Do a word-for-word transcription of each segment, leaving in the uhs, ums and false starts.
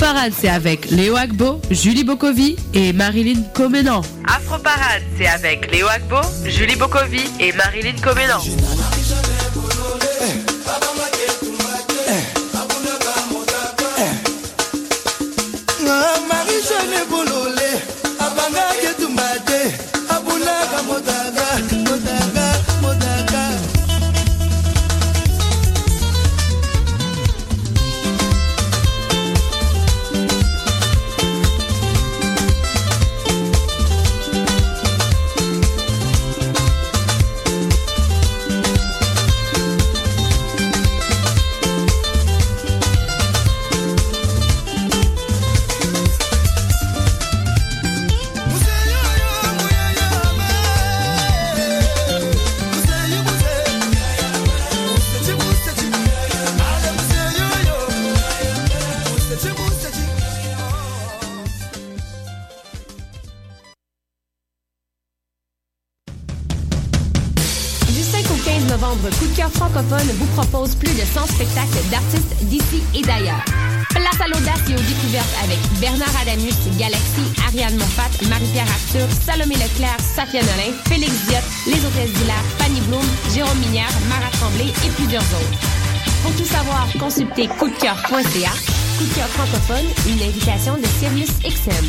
Afro-Parade, c'est avec Léo Agbo, Julie Bokovi et Marilyn Comenan. Afro-Parade, c'est avec Léo Agbo, Julie Bokovi et Marilyn Comenan. Coup de cœur francophone vous propose plus de cent spectacles d'artistes d'ici et d'ailleurs. Place à l'audace et aux découvertes avec Bernard Adamus, Galaxy, Ariane Moffat, Marie-Pierre Arthur, Salomé Leclerc, Safia Nolin, Félix Diot, Les Hôtesses d'Hilaire, Fanny Bloom, Jérôme Minière, Mara Tremblay et plusieurs autres. Pour tout savoir, consultez coup de cœur point c a. Coup de cœur francophone, une invitation de Sirius X M.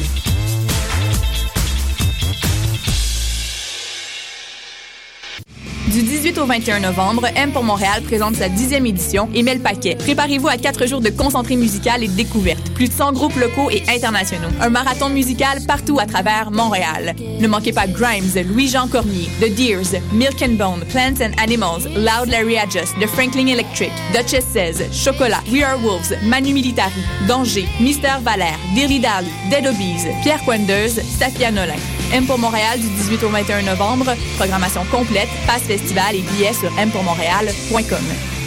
Du dix-huit au vingt et un novembre, M pour Montréal présente sa dixième édition et met le paquet. Préparez-vous à quatre jours de concentré musical et de découverte. Plus de cent groupes locaux et internationaux. Un marathon musical partout à travers Montréal. Ne manquez pas Grimes, Louis-Jean Cormier, The Deers, Milk and Bone, Plants and Animals, Loud Larry Adjust, The Franklin Electric, Duchess seize, Chocolat, We Are Wolves, Manu Militari, Danger, Mister Valère, Dilly Dally, Dead Obies, Pierre Quenders, Safia Nolin. M pour Montréal du dix-huit au vingt et un novembre. Programmation complète, passe festival et billets sur m pour montréal point com.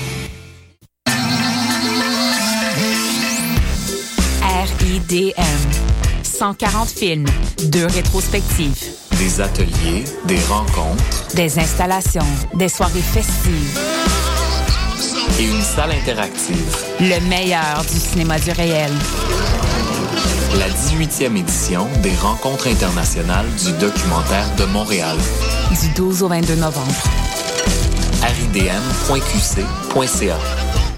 R I D M. cent quarante films, deux rétrospectives. Des ateliers, des rencontres. Des installations, des soirées festives. Et une salle interactive. Le meilleur du cinéma du réel. La dix-huitième édition des Rencontres internationales du documentaire de Montréal. Du douze au vingt-deux novembre. r i d m point q c point c a.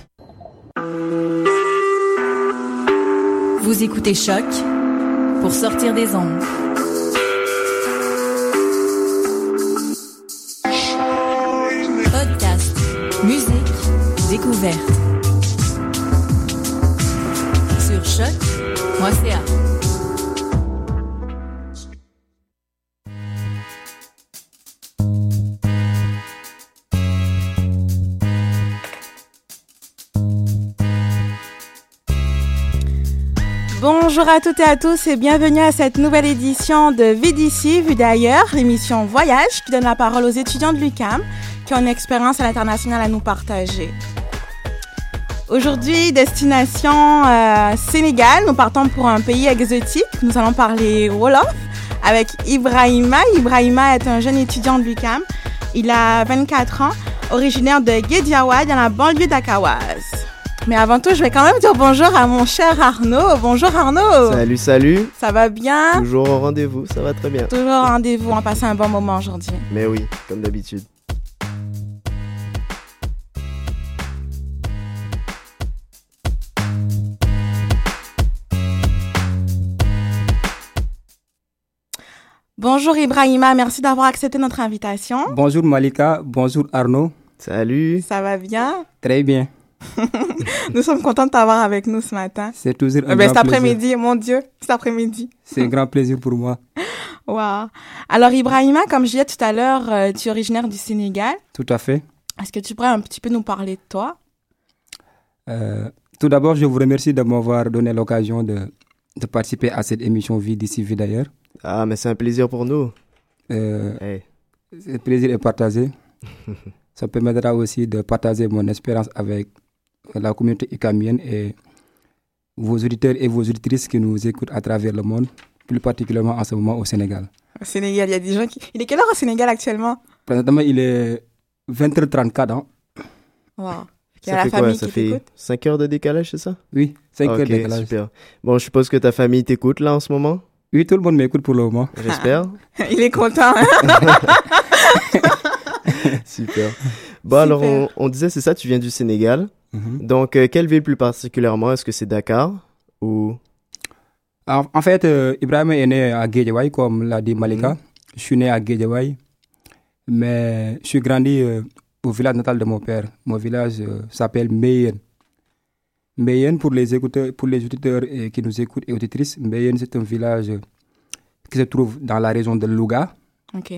Vous écoutez Choc pour sortir des ondes. Podcast, musique, découverte. Sur choc point c a. Bonjour à toutes et à tous et bienvenue à cette nouvelle édition de Vie d'ici, Vue d'ailleurs, l'émission Voyage qui donne la parole aux étudiants de l'U Q A M qui ont une expérience à l'international à nous partager. Aujourd'hui, destination euh, Sénégal, nous partons pour un pays exotique, nous allons parler Wolof avec Ibrahima. Ibrahima est un jeune étudiant de l'U Q A M, il a vingt-quatre ans, originaire de Guédiawaye dans la banlieue d'Akaouaz. Mais avant tout, je vais quand même dire bonjour à mon cher Arnaud. Bonjour Arnaud. Salut, salut. Ça va bien? Toujours au rendez-vous, ça va très bien. Toujours au rendez-vous, on a passé un bon moment aujourd'hui. Mais oui, comme d'habitude. Bonjour Ibrahima, merci d'avoir accepté notre invitation. Bonjour Malika, bonjour Arnaud. Salut. Ça va bien? Très bien. Nous sommes contents de t'avoir avec nous ce matin. C'est toujours un euh, ben, grand cet après-midi, plaisir. Mon Dieu, cet après-midi. C'est un grand plaisir pour moi. Wow. Alors Ibrahima, comme je disais tout à l'heure, euh, tu es originaire du Sénégal. Tout à fait. Est-ce que tu pourrais un petit peu nous parler de toi? euh, Tout d'abord, je vous remercie de m'avoir donné l'occasion de, de participer à cette émission Vie d'ici, Vie d'ailleurs. Ah, mais c'est un plaisir pour nous. Euh, hey. Le plaisir est partagé. Ça permettra aussi de partager mon expérience avec la communauté ikamienne et vos auditeurs et vos auditrices qui nous écoutent à travers le monde, plus particulièrement en ce moment au Sénégal. Au Sénégal, il y a des gens qui... Il est quelle heure au Sénégal actuellement? Présentement, il est vingt heures trente-quatre. Hein. Wow. Il y a la fait famille quoi? Ça qui fait t'écoute. cinq heures de décalage, c'est ça? Oui, cinq Ok, heures de décalage. super. Bon, je suppose que ta famille t'écoute là en ce moment? Oui, tout le monde m'écoute pour le moment. J'espère. Il est content. Super. Bon, alors, on, on disait, c'est ça, tu viens du Sénégal. Mhm. Donc, euh, quelle ville plus particulièrement? Est-ce que c'est Dakar ou... En, en fait, euh, Ibrahim est né à Guédiawaye, comme l'a dit Malika. Mhm. Je suis né à Guédiawaye, mais je suis grandi euh, au village natal de mon père. Mon village euh, s'appelle Meyen. Meyen, pour les écouteurs, pour les auditeurs euh, qui nous écoutent et auditrices, Meyen, c'est un village euh, qui se trouve dans la région de Louga, OK.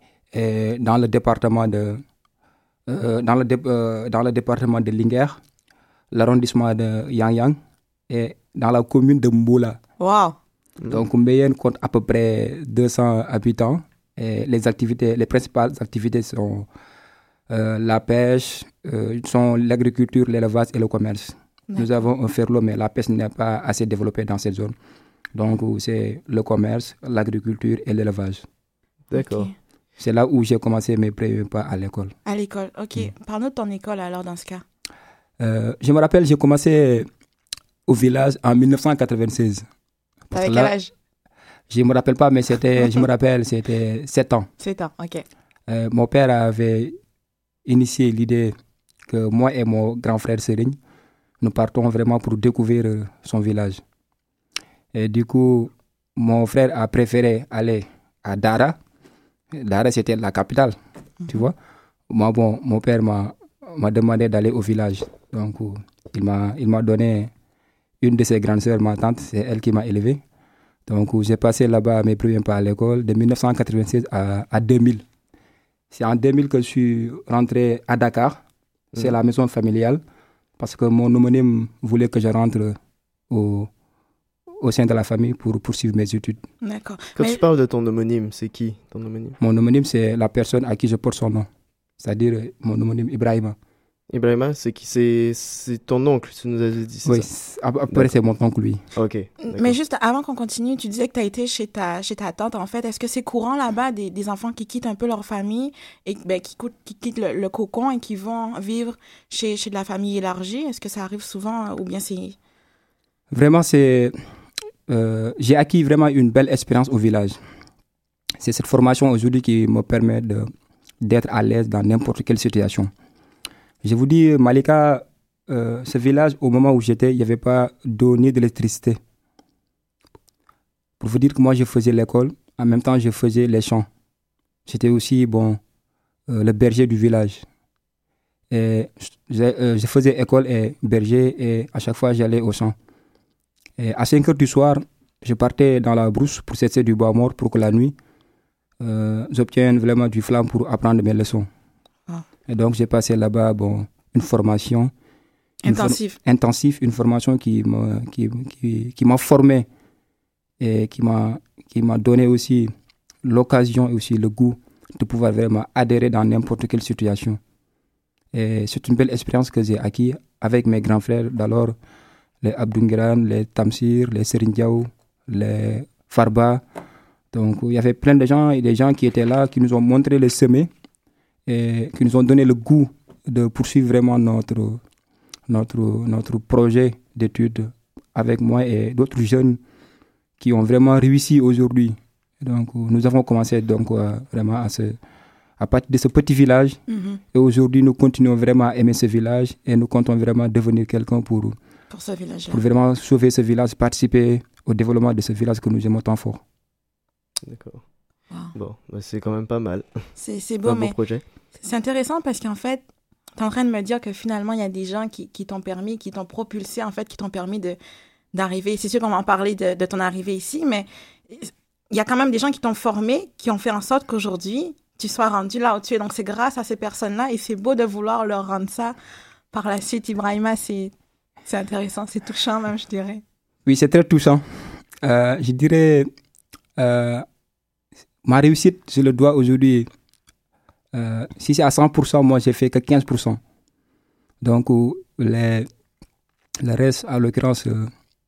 et dans le département de, euh, dans le dé- euh, dans le département de Linguère, l'arrondissement de Yang Yang, et dans la commune de Mboula. Wow. Donc, Mbeyen compte à peu près deux cents habitants. Et les activités, les principales activités sont euh, la pêche, euh, sont l'agriculture, l'élevage et le commerce. D'accord. Nous avons un ferlo, mais la pêche n'est pas assez développée dans cette zone. Donc, c'est le commerce, l'agriculture et l'élevage. D'accord. Ok. C'est là où j'ai commencé mes premiers pas à l'école. À l'école, OK. Mm. Parle-nous de ton école alors dans ce cas. Euh, je me rappelle, j'ai commencé au village en dix-neuf cent quatre-vingt-seize. Parce T'avais que quel là, âge? je ne me rappelle pas, mais c'était, je me rappelle, c'était sept ans. sept ans, OK. Euh, mon père avait initié l'idée que moi et mon grand frère Serigne, nous partons vraiment pour découvrir euh, son village. Et du coup, mon frère a préféré aller à Dara. Dara, c'était la capitale, mm-hmm. tu vois. Moi, bon, mon père m'a, m'a demandé d'aller au village. Donc, euh, il m'a, il m'a donné une de ses grandes sœurs, ma tante, c'est elle qui m'a élevé. Donc, euh, j'ai passé là-bas mes premiers pas à l'école de dix-neuf cent quatre-vingt-seize à, à deux mille. C'est en deux mille que je suis rentré à Dakar. C'est mmh. la maison familiale. Parce que mon homonyme voulait que je rentre au, au sein de la famille pour poursuivre mes études. D'accord. Quand Mais... tu parles de ton homonyme, c'est qui ton homonyme? Mon homonyme, c'est la personne à qui je porte son nom. C'est-à-dire mon homonyme Ibrahima. Ibrahima, c'est qui? C'est, c'est ton oncle, tu nous avais dit, c'est oui, ça? après c'est mon oncle, lui. Ok. Mais juste avant qu'on continue, tu disais que tu as été chez ta, chez ta tante, en fait. Est-ce que c'est courant là-bas des, des enfants qui quittent un peu leur famille et ben, qui, qui quittent le, le cocon et qui vont vivre chez, chez de la famille élargie? Est-ce que ça arrive souvent ou bien c'est... Vraiment, c'est... Euh, j'ai acquis vraiment une belle expérience au village. C'est cette formation aujourd'hui qui me permet de, d'être à l'aise dans n'importe quelle situation. Je vous dis, Malika, euh, ce village, au moment où j'étais, il n'y avait pas d'eau ni d'électricité. Pour vous dire que moi, je faisais l'école, en même temps, je faisais les champs. J'étais aussi, bon, euh, le berger du village. Et je, euh, je faisais école et berger, et à chaque fois, j'allais au champ. Et à cinq heures du soir, je partais dans la brousse pour chercher du bois mort pour que la nuit, euh, j'obtienne vraiment du flamme pour apprendre mes leçons. Ah. Et donc, j'ai passé là-bas bon, une formation intensive. Une for- intensive, une formation qui m'a, qui, qui, qui m'a formé et qui m'a, qui m'a donné aussi l'occasion et aussi le goût de pouvoir vraiment adhérer dans n'importe quelle situation. Et c'est une belle expérience que j'ai acquise avec mes grands frères d'alors, les Abdoungueran, les Tamsir, les Serigne Diaw, les Farba. Donc, il y avait plein de gens et des gens qui étaient là, qui nous ont montré le sommet et qui nous ont donné le goût de poursuivre vraiment notre, notre, notre projet d'études avec moi et d'autres jeunes qui ont vraiment réussi aujourd'hui. Donc, nous avons commencé donc, euh, vraiment à, se, à partir de ce petit village. Mm-hmm. Et aujourd'hui, nous continuons vraiment à aimer ce village et nous comptons vraiment devenir quelqu'un pour, pour, ce village pour vraiment sauver ce village, participer au développement de ce village que nous aimons tant fort. D'accord. Wow. Bon, bah c'est quand même pas mal. C'est, c'est beau, un mais beau projet. C'est intéressant parce qu'en fait, tu es en train de me dire que finalement, il y a des gens qui, qui t'ont permis, qui t'ont propulsé, en fait, qui t'ont permis de, d'arriver. C'est sûr qu'on va en parler de, de ton arrivée ici, mais il y a quand même des gens qui t'ont formé, qui ont fait en sorte qu'aujourd'hui, tu sois rendu là où tu es. Donc, c'est grâce à ces personnes-là et c'est beau de vouloir leur rendre ça par la suite. Ibrahima, c'est, c'est intéressant, c'est touchant même, je dirais. Oui, c'est très touchant. Euh, je dirais... Euh, ma réussite, je le dois aujourd'hui, euh, si c'est à cent pour cent, moi j'ai fait que quinze pour cent. Donc les, le reste, en l'occurrence, euh,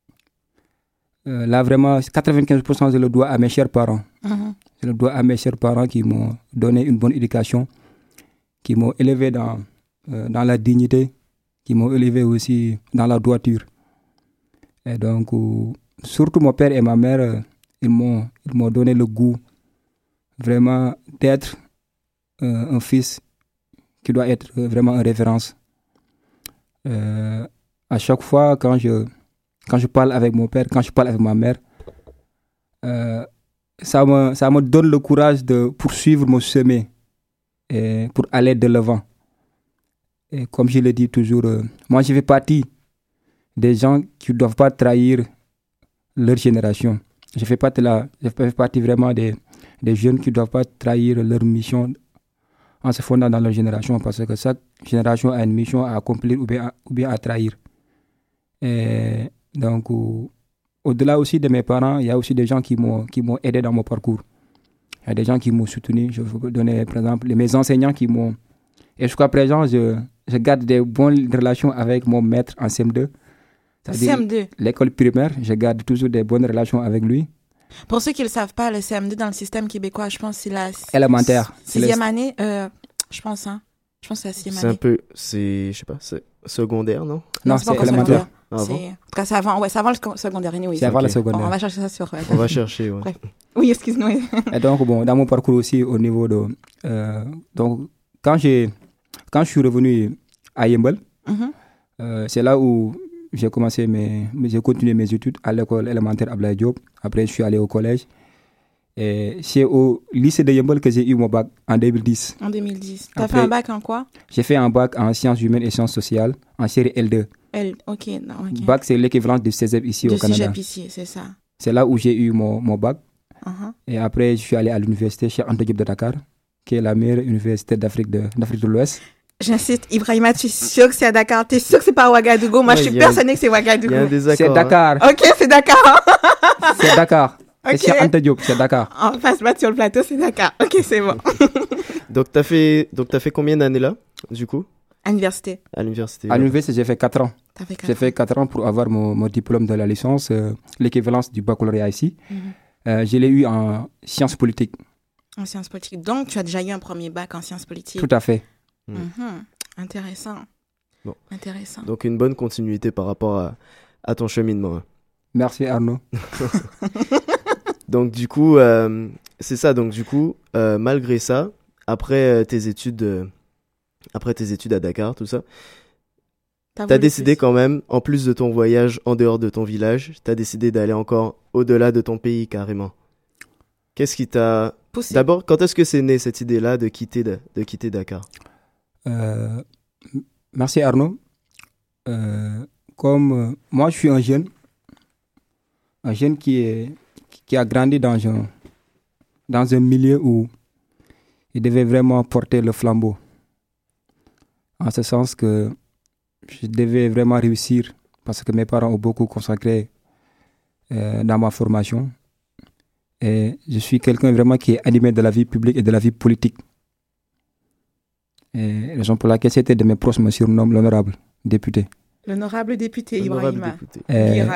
euh, là vraiment, quatre-vingt-quinze pour cent je le dois à mes chers parents. Mm-hmm. Je le dois à mes chers parents qui m'ont donné une bonne éducation, qui m'ont élevé dans, euh, dans la dignité, qui m'ont élevé aussi dans la droiture. Et donc, euh, surtout mon père et ma mère, euh, ils, m'ont, ils m'ont donné le goût vraiment d'être euh, un fils qui doit être vraiment une référence. Euh, à chaque fois, quand je, quand je parle avec mon père, quand je parle avec ma mère, euh, ça, me, ça me donne le courage de poursuivre mon chemin et pour aller de l'avant. Et comme je le dis toujours, euh, moi je fais partie des gens qui ne doivent pas trahir leur génération. Je fais partie, la, je fais partie vraiment des, des jeunes qui ne doivent pas trahir leur mission en se fondant dans leur génération, parce que chaque génération a une mission à accomplir ou bien à, ou bien à trahir. Et donc, au, au-delà aussi de mes parents, il y a aussi des gens qui m'ont, qui m'ont aidé dans mon parcours. Il y a des gens qui m'ont soutenu. Je vais vous donner, par exemple, mes enseignants qui m'ont... Et jusqu'à présent, je, je garde des bonnes relations avec mon maître en C M deux. C M deux. L'école primaire, je garde toujours des bonnes relations avec lui. Pour ceux qui ne le savent pas, le C M deux dans le système québécois, je pense que c'est la élémentaire. Sixième le... année, euh, je pense, hein. Je pense que c'est la sixième c'est année. C'est un peu, c'est, je sais pas, c'est secondaire, non? Non, non c'est, c'est élémentaire. Ah, c'est... En tout cas, c'est avant, ouais, c'est avant le secondaire. Oui. C'est avant okay. le secondaire. Bon, on va chercher ça sur... Euh, on va chercher, ouais. Bref. Oui, excuse-moi. Et donc, bon, dans mon parcours aussi, au niveau de... Euh, donc, quand, j'ai, quand je suis revenu à Yembel, mm-hmm. euh, c'est là où j'ai commencé mes... J'ai continué mes études à l'école élémentaire Ablaye Diop. Après, je suis allé au collège. Et c'est au lycée de Yembel que j'ai eu mon bac en deux mille dix. En deux mille dix. Tu as fait un bac en quoi? J'ai fait un bac en sciences humaines et sciences sociales, en série L deux. L, ok, non, ok. Bac, c'est l'équivalent du cégep ici du au Canada. Du cégep ici, c'est ça. C'est là où j'ai eu mon, mon bac. Uh-huh. Et après, je suis allé à l'université Cheikh Anta Diop de Dakar, qui est la meilleure université d'Afrique de, d'Afrique de l'Ouest. J'insiste, Ibrahima, tu es sûr que c'est à Dakar? Tu es sûr que c'est pas à Ouagadougou? Moi, ouais, je suis persuadée a... que c'est Ouagadougou. Il y a un désaccord. C'est Dakar. Hein. Ok, c'est Dakar. C'est Dakar. Okay. C'est Cheikh Anta Diop, c'est Dakar. En face, battre sur le plateau, c'est Dakar. Ok, c'est bon. Donc, tu as fait, donc, t'as fait combien d'années là, du coup? À l'université. À l'université. À ouais. l'université, j'ai fait quatre ans. T'as fait quatre j'ai ans. fait quatre ans pour avoir mon, mon diplôme de la licence, euh, l'équivalence du baccalauréat ici. Mm-hmm. Euh, je l'ai eu en sciences politiques. En sciences politiques. Donc, tu as déjà eu un premier bac en sciences politiques. Tout à fait. Mm. Mm-hmm. Intéressant. Bon. Intéressant. Donc, une bonne continuité par rapport à, à ton cheminement. Merci Arnaud. Donc, du coup, euh, c'est ça. Donc, du coup, euh, malgré ça, après euh, tes études, euh, après tes études à Dakar, tout ça, t'as, t'as décidé plus. Quand même, en plus de ton voyage en dehors de ton village, t'as décidé d'aller encore au-delà de ton pays carrément. Qu'est-ce qui t'a poussé? D'abord, quand est-ce que c'est né cette idée-là de quitter de, de quitter Dakar? euh, Merci Arnaud. Euh, comme euh, moi, je suis un jeune, un jeune qui est qui a grandi dans un, dans un milieu où il devait vraiment porter le flambeau. En ce sens que je devais vraiment réussir parce que mes parents ont beaucoup consacré euh, dans ma formation. Et je suis quelqu'un vraiment qui est animé de la vie publique et de la vie politique. Et raison pour laquelle c'était de mes proches me surnomme l'honorable député. L'honorable député, Ibrahima. Et...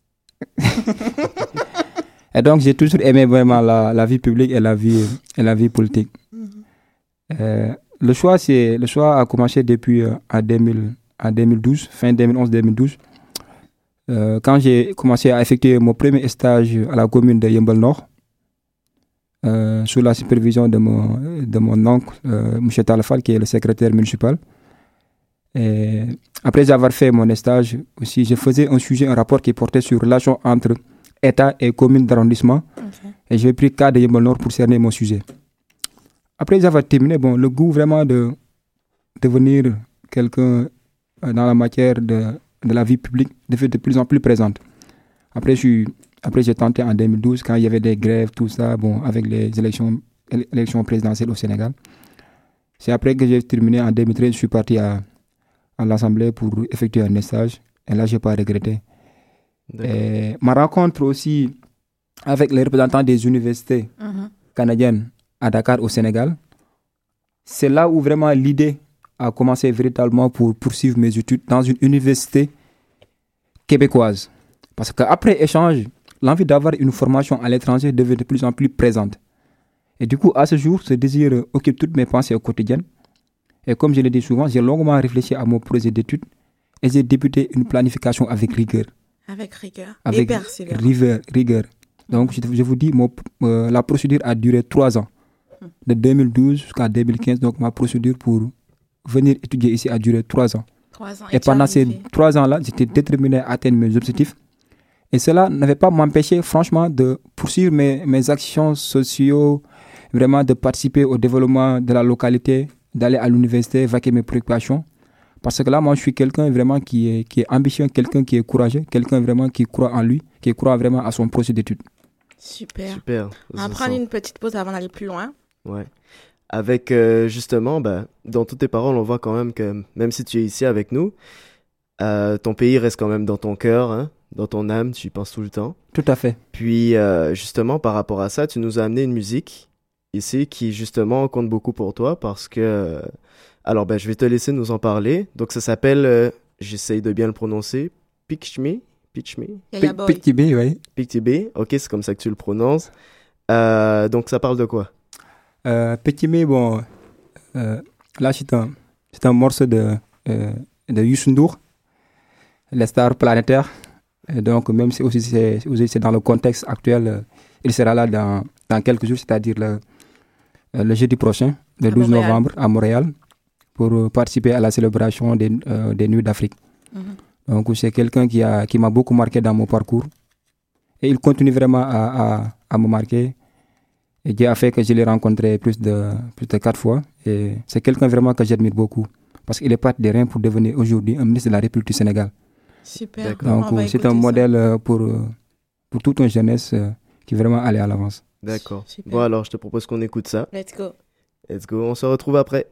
Et donc, j'ai toujours aimé vraiment la, la vie publique et la vie, et la vie politique. Mm-hmm. Euh, le, choix, c'est, le choix a commencé depuis euh, en, deux mille, en deux mille douze, fin deux mille onze deux mille douze, euh, quand j'ai commencé à effectuer mon premier stage à la commune de Yembel Nord, euh, sous la supervision de mon, de mon oncle, euh, M. Talafal, qui est le secrétaire municipal. Et après avoir fait mon stage aussi, je faisais un sujet, un rapport qui portait sur la relation entre État et commune d'arrondissement. Okay. Et j'ai pris le cas de Yembel Nord pour cerner mon sujet. Après avoir terminé, bon, le goût vraiment de devenir quelqu'un dans la matière de, de la vie publique devient de plus en plus présente. Après, je suis, après, j'ai tenté en deux mille douze, quand il y avait des grèves, tout ça, bon, avec les élections, élections présidentielles au Sénégal. C'est après que j'ai terminé en deux mille treize, je suis parti à, à l'Assemblée pour effectuer un stage. Et là, je n'ai pas regretté. Et ma rencontre aussi avec les représentants des universités uh-huh. canadiennes à Dakar au Sénégal, c'est là où vraiment l'idée a commencé véritablement pour poursuivre mes études dans une université québécoise. Parce qu'après échange, l'envie d'avoir une formation à l'étranger devient de plus en plus présente. Et du coup, à ce jour, ce désir occupe toutes mes pensées au quotidien. Et comme je le dis souvent, j'ai longuement réfléchi à mon projet d'études et j'ai débuté une planification avec rigueur. Avec rigueur avec et persévérance. Rigueur, rigueur. Donc, je, je vous dis, mon, euh, la procédure a duré trois ans. De deux mille douze jusqu'à deux mille quinze, donc ma procédure pour venir étudier ici a duré trois ans. Trois ans. Et, et pendant ces trois ans-là, j'étais déterminé à atteindre mes objectifs. Et cela n'avait pas m'empêché, franchement, de poursuivre mes, mes actions sociales, vraiment de participer au développement de la localité, d'aller à l'université, vaquer mes préoccupations. Parce que là, moi, je suis quelqu'un vraiment qui est, qui est ambitieux, quelqu'un qui est courageux, quelqu'un vraiment qui croit en lui, qui croit vraiment à son projet d'études. Super. Super. On va prendre une petite pause avant d'aller plus loin. Ouais. Avec, euh, justement, bah, dans toutes tes paroles, on voit quand même que même si tu es ici avec nous, euh, ton pays reste quand même dans ton cœur, hein, dans ton âme, tu y penses tout le temps. Tout à fait. Puis, euh, justement, par rapport à ça, tu nous as amené une musique ici qui, justement, compte beaucoup pour toi parce que... Euh, alors, ben, je vais te laisser nous en parler. Donc, ça s'appelle, euh, j'essaye de bien le prononcer, Pitch Me. Pitch Me. Pitch Me, oui. Pitch Me, ok, c'est comme ça que tu le prononces. Euh, donc, ça parle de quoi? Euh, Petit Me, bon, euh, là c'est un, c'est un morceau de, euh, de Youssou N'Dour, les stars planétaires. Et donc, même si aussi c'est, aussi c'est dans le contexte actuel, euh, il sera là dans, dans quelques jours, c'est-à-dire le, euh, le jeudi prochain, le douze novembre, à Montréal, pour euh, participer à la célébration des, euh, des Nuits d'Afrique. Mm-hmm. Donc, c'est quelqu'un qui, a, qui m'a beaucoup marqué dans mon parcours. Et il continue vraiment à, à, à me marquer. Et qui a fait que je l'ai rencontré plus de, plus de quatre fois. Et c'est quelqu'un vraiment que j'admire beaucoup. Parce qu'il est parti de rien pour devenir aujourd'hui un ministre de la République du Sénégal. Super. Donc c'est un modèle ça. pour, pour toute une jeunesse qui est vraiment allée à l'avance. D'accord. Super. Bon alors, je te propose qu'on écoute ça. Let's go. Let's go, on se retrouve après.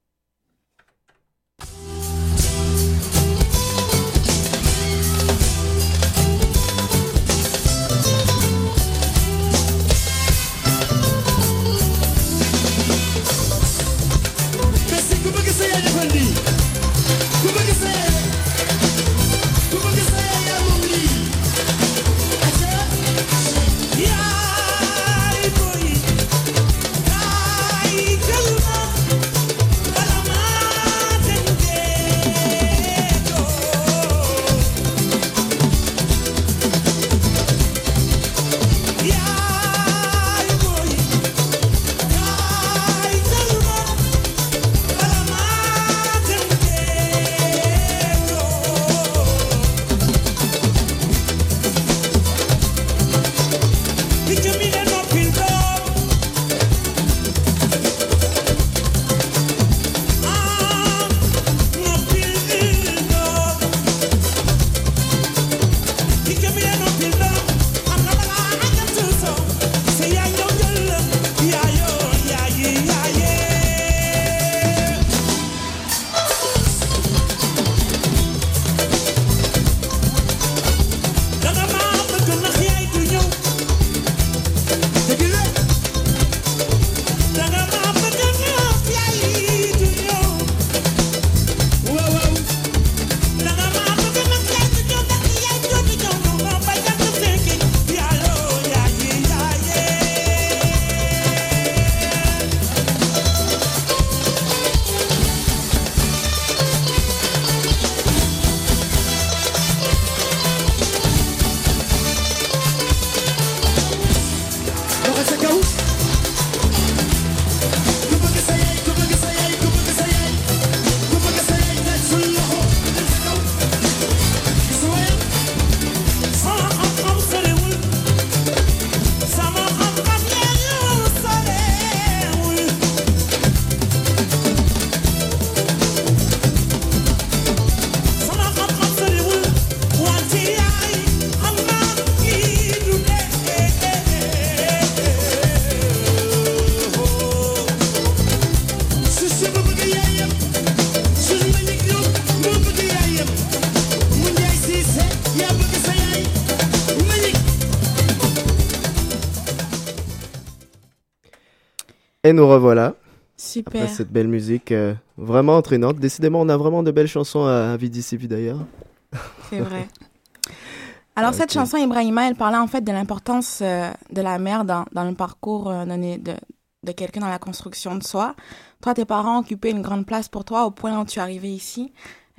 Et nous revoilà. Super. Après cette belle musique euh, vraiment entraînante. Décidément, on a vraiment de belles chansons à, à Vidissi d'ailleurs. C'est vrai. Alors, okay. Cette chanson, Ibrahima, elle parlait en fait de l'importance euh, de la mère dans, dans le parcours euh, de, de, de quelqu'un dans la construction de soi. Toi, tes parents occupaient une grande place pour toi au point où tu es arrivé ici.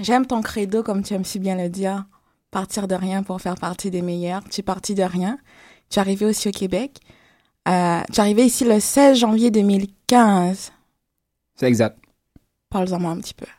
J'aime ton credo, comme tu aimes si bien le dire. Partir de rien pour faire partie des meilleurs. Tu es parti de rien. Tu es arrivé aussi au Québec. Euh, tu es arrivé ici le seize janvier deux mille quinze. C'est exact. Parle-en moi un petit peu.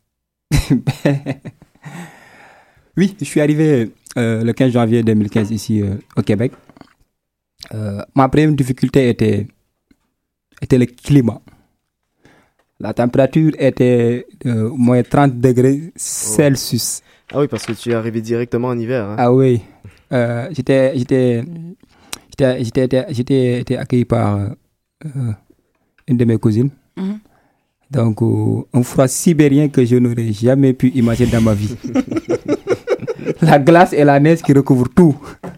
Oui, je suis arrivé euh, le quinze janvier deux mille quinze ici euh, au Québec. Euh, ma première difficulté était, était le climat. La température était de moins trente degrés Celsius. Ah oui, parce que tu es arrivé directement en hiver. Hein. Ah oui. Euh, j'étais, j'étais, j'étais, j'étais, j'étais, j'étais été accueilli par euh, une de mes cousines. Mm-hmm. Donc, euh, un froid sibérien que je n'aurais jamais pu imaginer dans ma vie. La glace et la neige qui recouvrent tout.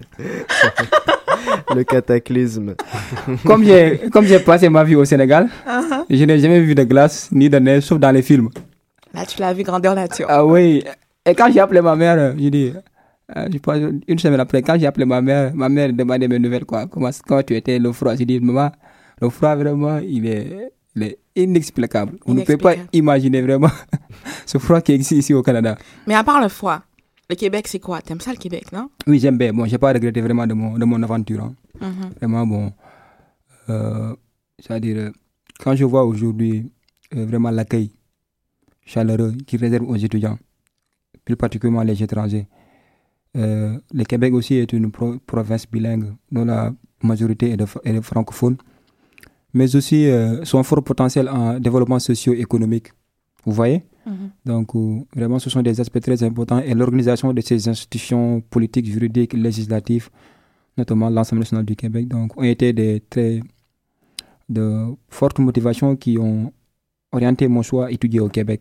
Le cataclysme. Comme j'ai, comme j'ai passé ma vie au Sénégal, uh-huh. je n'ai jamais vu de glace ni de neige, sauf dans les films. Là, tu l'as vu grandeur nature. Ah oui. Et quand j'ai appelé ma mère, j'ai dit, euh, je pense une semaine après, quand j'ai appelé ma mère, ma mère demandait mes nouvelles, quoi. Comment, comment tu étais, le froid. J'ai dit, maman, le froid, vraiment, il est, il est inexplicable. Vous ne pouvez pas imaginer vraiment ce froid qui existe ici au Canada. Mais à part le froid, le Québec, c'est quoi? T'aimes ça, le Québec, non? Oui, j'aime bien. Bon, j'ai pas regretté vraiment de mon, de mon aventure. Hein. Mm-hmm. Vraiment, bon, euh, c'est-à-dire, quand je vois aujourd'hui euh, vraiment l'accueil chaleureux qui réserve aux étudiants, plus particulièrement les étrangers, euh, le Québec aussi est une pro- province bilingue dont la majorité est, de, est de francophone, mais aussi euh, son fort potentiel en développement socio-économique. Vous voyez? Mm-hmm. Donc, euh, vraiment, ce sont des aspects très importants. Et l'organisation de ces institutions politiques, juridiques, législatives, notamment l'Assemblée nationale du Québec, donc, ont été des très de fortes motivations qui ont orienté mon choix à étudier au Québec.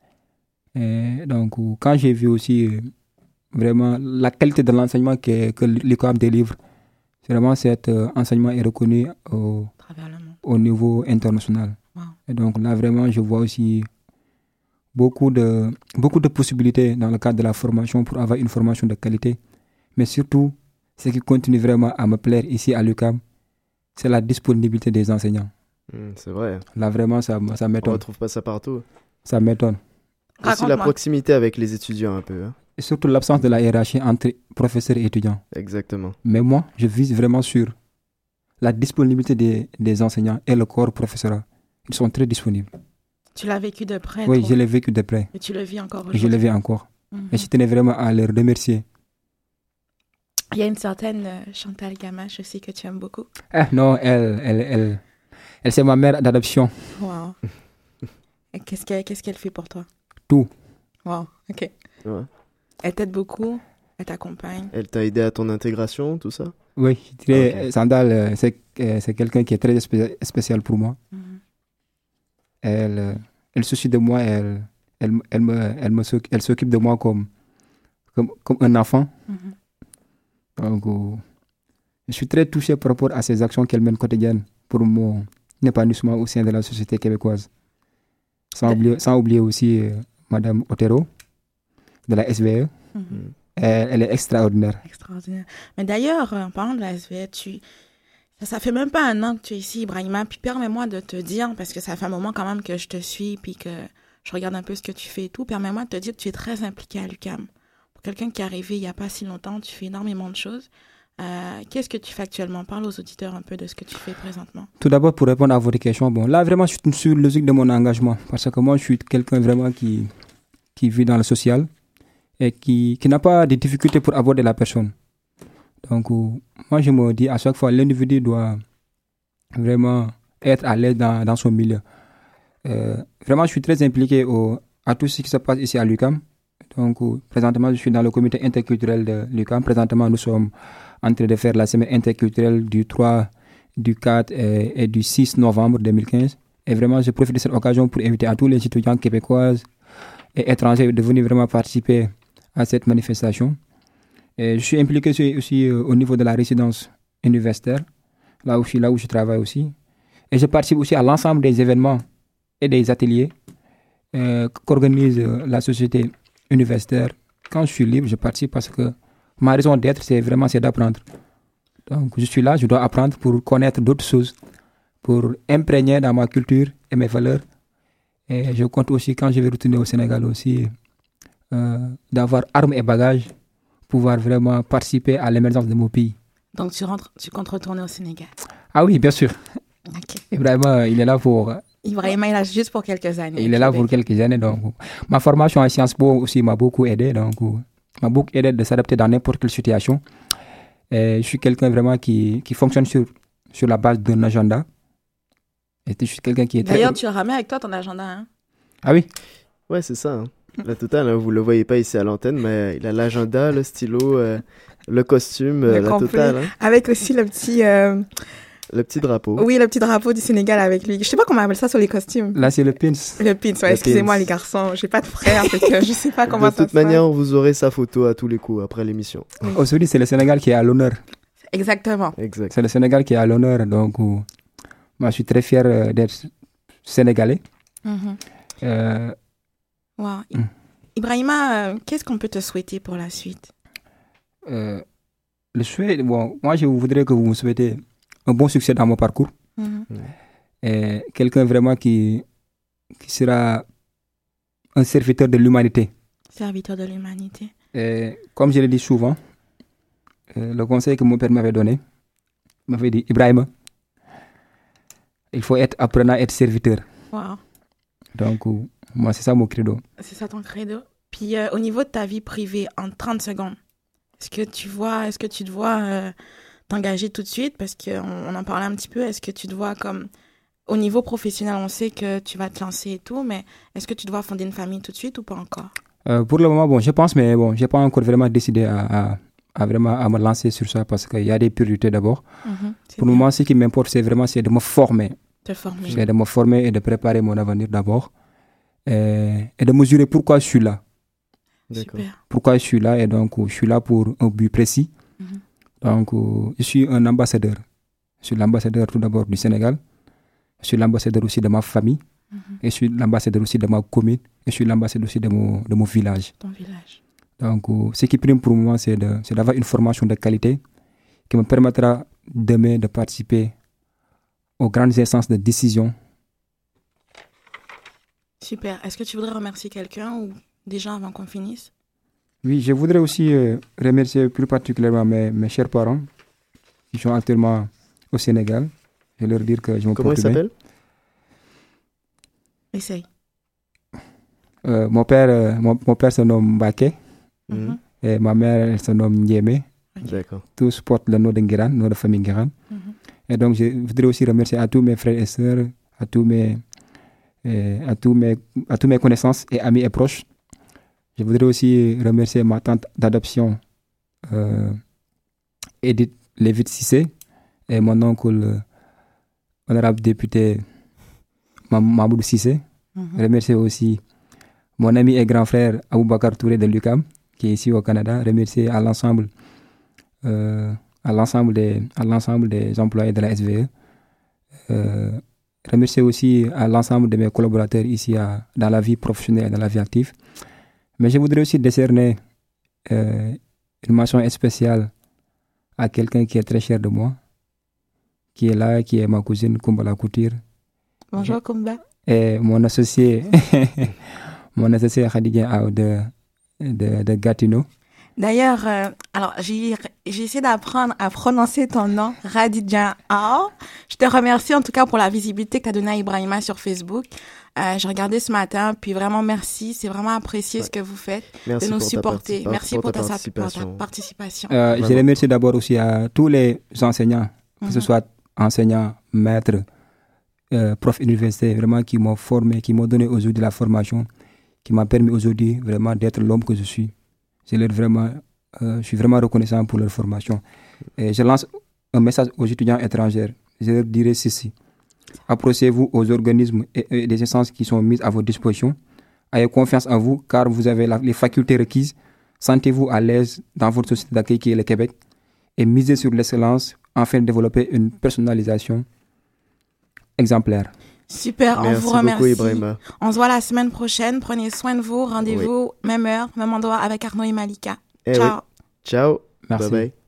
Et donc, euh, quand j'ai vu aussi euh, vraiment la qualité de l'enseignement que, que l'U Q A M délivre, c'est vraiment cet euh, enseignement est reconnu au, au niveau international. Wow. Et donc là, vraiment, je vois aussi beaucoup de, beaucoup de possibilités dans le cadre de la formation pour avoir une formation de qualité. Mais surtout, ce qui continue vraiment à me plaire ici à l'U Q A M, c'est la disponibilité des enseignants. Mmh, c'est vrai. Là, vraiment, ça, ça m'étonne. On ne retrouve pas ça partout. Ça m'étonne. Aussi Raconte-moi. La proximité avec les étudiants un peu. Hein. Et surtout l'absence de la hiérarchie entre professeurs et étudiants. Exactement. Mais moi, je vise vraiment sur la disponibilité des, des enseignants et le corps professoral. Ils sont très disponibles. Tu l'as vécu de près? Oui, trop. je l'ai vécu de près. Et tu le vis encore aujourd'hui? Je le vis encore. Mm-hmm. Et je tenais vraiment à les remercier. Il y a une certaine euh, Chantal Gamache aussi que tu aimes beaucoup. Ah, non, elle, elle, elle, elle c'est ma mère d'adoption. Wow. Et qu'est-ce qu'elle, qu'est-ce qu'elle fait pour toi? Tout. Wow, ok. Ouais. Elle t'aide beaucoup? Elle t'accompagne? Elle t'a aidé à ton intégration, tout ça? Oui, je dirais, okay. Sandal, c'est, c'est quelqu'un qui est très spé- spécial pour moi. Mm-hmm. Elle, elle se suit de moi, elle, elle, elle, me, elle, me, elle s'occupe de moi comme, comme, comme un enfant. Mm-hmm. Donc, euh, je suis très touché par rapport à ces actions qu'elle mène quotidiennes pour mon épanouissement au sein de la société québécoise. Sans, oublier, sans oublier aussi euh, Madame Otero de la S V E. Mm-hmm. Elle, elle est extraordinaire. Extraordinaire. Mais d'ailleurs, en parlant de la S V E, tu... ça, ça fait même pas un an que tu es ici, Ibrahima. Puis permets-moi de te dire, parce que ça fait un moment quand même que je te suis, puis que je regarde un peu ce que tu fais et tout, permets-moi de te dire que tu es très impliqué à l'U Q A M. Pour quelqu'un qui est arrivé il n'y a pas si longtemps, tu fais énormément de choses. Euh, qu'est-ce que tu fais actuellement? Parle aux auditeurs un peu de ce que tu fais présentement. Tout d'abord, pour répondre à votre question, bon, là, vraiment, je suis sur la logique de mon engagement. Parce que moi, je suis quelqu'un vraiment qui, qui vit dans le social et qui, qui n'a pas de difficultés pour aborder la personne. Donc, euh, moi, je me dis à chaque fois, l'individu doit vraiment être à l'aise dans, dans son milieu. Euh, vraiment, je suis très impliqué au, à tout ce qui se passe ici à l'U Q A M. Donc, euh, présentement, je suis dans le comité interculturel de l'U Q A M. Présentement, nous sommes en train de faire la semaine interculturelle du trois, du quatre et, et du six novembre deux mille quinze. Et vraiment, je profite de cette occasion pour inviter à tous les étudiants québécois et étrangers de venir vraiment participer à cette manifestation. Et je suis impliqué aussi, aussi euh, au niveau de la résidence universitaire, là où, je, là où je travaille aussi. Et je participe aussi à l'ensemble des événements et des ateliers euh, qu'organise euh, la société universitaire. Quand je suis libre, je participe parce que ma raison d'être, c'est vraiment c'est d'apprendre. Donc, je suis là, je dois apprendre pour connaître d'autres choses, pour imprégner dans ma culture et mes valeurs. Et je compte aussi, quand je vais retourner au Sénégal aussi, euh, d'avoir armes et bagages, pouvoir vraiment participer à l'émergence de mon pays. Donc tu rentres, tu comptes retourner au Sénégal? Ah oui, bien sûr. Ok. Ibrahima, il est là pour... Ibrahima, il est là juste pour quelques années. Il est là pour quelques années. Donc, ma formation à Sciences Po aussi m'a beaucoup aidé. Donc, m'a beaucoup aidé de s'adapter dans n'importe quelle situation. Et je suis quelqu'un vraiment qui, qui fonctionne sur, sur la base d'un agenda. Et je suis quelqu'un qui est D'ailleurs, très... tu as ramené avec toi ton agenda, hein? Ah oui? Ouais, c'est ça. Hein. La totale, hein, vous le voyez pas ici à l'antenne, mais il a l'agenda, le stylo, euh, le costume, le euh, la complet. totale. Hein. Avec aussi le petit... Euh... Le petit drapeau. Oui, le petit drapeau du Sénégal avec lui. Je sais pas comment on appelle ça sur les costumes. Là, c'est le pins. Le pins, ouais, excusez-moi pins. les garçons. J'ai pas de frère, fait que je sais pas comment ça se De toute manière, vous aurez sa photo à tous les coups après l'émission. Oui. Aujourd'hui, c'est le Sénégal qui est à l'honneur. Exactement. Exact. C'est le Sénégal qui est à l'honneur. Donc, où, moi, je suis très fier euh, d'être sénégalais. Mm-hmm. Euh, wow. mm. Ibrahima, euh, qu'est-ce qu'on peut te souhaiter pour la suite? euh, Le souhait, bon, moi, je voudrais que vous me souhaitez un bon succès dans mon parcours. Mm-hmm. Et quelqu'un vraiment qui, qui sera un serviteur de l'humanité. Serviteur de l'humanité. Et comme je le dis souvent, euh, le conseil que mon père m'avait donné, m'avait dit, Ibrahima, il faut être apprenant, être serviteur. Wow. Donc, euh, moi, c'est ça mon credo. C'est ça ton credo. Puis, euh, au niveau de ta vie privée, en trente secondes, est-ce que tu vois, est-ce que tu te vois euh, t'engager tout de suite? Parce qu'on on en parlait un petit peu. Est-ce que tu te vois comme... Au niveau professionnel, on sait que tu vas te lancer et tout, mais est-ce que tu dois fonder une famille tout de suite ou pas encore? euh, Pour le moment, bon, je pense, mais bon, je n'ai pas encore vraiment décidé à, à, à, vraiment à me lancer sur ça parce qu'il y a des priorités d'abord. Mm-hmm, pour le moment, ce qui m'importe, c'est vraiment c'est de me former. Te former. C'est de me former et de préparer mon avenir d'abord. Et, et de mesurer pourquoi je suis là. Super. Pourquoi je suis là, et donc je suis là pour un but précis. Mm-hmm. Donc, je suis un ambassadeur. Je suis l'ambassadeur tout d'abord du Sénégal. Je suis l'ambassadeur aussi de ma famille. Mm-hmm. Et je suis l'ambassadeur aussi de ma commune. Et je suis l'ambassadeur aussi de mon, de mon village. Ton village. Donc, euh, ce qui prime pour moi, c'est, de, c'est d'avoir une formation de qualité qui me permettra demain de participer aux grandes instances de décision. Super. Est-ce que tu voudrais remercier quelqu'un ou des gens avant qu'on finisse? Oui, je voudrais aussi euh, remercier plus particulièrement mes, mes chers parents qui sont actuellement au Sénégal. Je vais leur dire que je me Comment porte il bien. s'appelle? Essaye. Euh, mon, père, euh, mon, mon père se nomme Mbake. Mm-hmm. Et ma mère elle se nomme Ndiémé. Okay. D'accord. Tous portent le nom de Nguiran, nom de famille Nguiran. Mm-hmm. Et donc, je voudrais aussi remercier à tous mes frères et sœurs, à tous mes, et à tous mes, à tous mes connaissances et amis et proches. Je voudrais aussi remercier ma tante d'adoption, euh, Edith Lévite Cissé, et mon oncle, euh, honorable député Mamoudou Cissé. Mm-hmm. Remercier aussi mon ami et grand frère Aboubakar Touré de l'U Q A M, qui est ici au Canada. Remercier à l'ensemble, euh, à l'ensemble, des, à l'ensemble des employés de la S V E. Euh, remercier aussi à l'ensemble de mes collaborateurs ici à, dans la vie professionnelle et dans la vie active. Mais je voudrais aussi décerner euh, une mention spéciale à quelqu'un qui est très cher de moi, qui est là, qui est ma cousine Kumbala Couture. Bonjour Kumba. Et mon associé, mon associé Khadija de, de, de Gatineau. D'ailleurs, euh, alors j'ai, j'ai essayé d'apprendre à prononcer ton nom, Khadija Ao. Je te remercie en tout cas pour la visibilité qu'a donnée à Ibrahima sur Facebook. Euh, j'ai regardé ce matin, puis vraiment merci, c'est vraiment apprécié ouais. ce que vous faites, merci de nous supporter. Participa- merci pour pour ta, ta, participation. pour ta participation. Euh, je remercie d'abord aussi à tous les enseignants, mm-hmm. que ce soit enseignants, maîtres, euh, profs universitaires, vraiment qui m'ont formé, qui m'ont donné aujourd'hui la formation, qui m'a permis aujourd'hui vraiment d'être l'homme que je suis. Je, leur vraiment, euh, je suis vraiment reconnaissant pour leur formation. Et je lance un message aux étudiants étrangers. Je leur dirai ceci. Approchez-vous aux organismes et, et des instances qui sont mises à votre disposition. Ayez confiance en vous car vous avez la, les facultés requises. Sentez-vous à l'aise dans votre société d'accueil qui est le Québec et misez sur l'excellence afin de développer une personnalisation exemplaire. Super, merci on vous remercie. Beaucoup, on se voit la semaine prochaine. Prenez soin de vous. Rendez-vous, oui. même heure, même endroit avec Arnaud et Malika. Eh ciao. Oui. Ciao. Merci. Bye bye.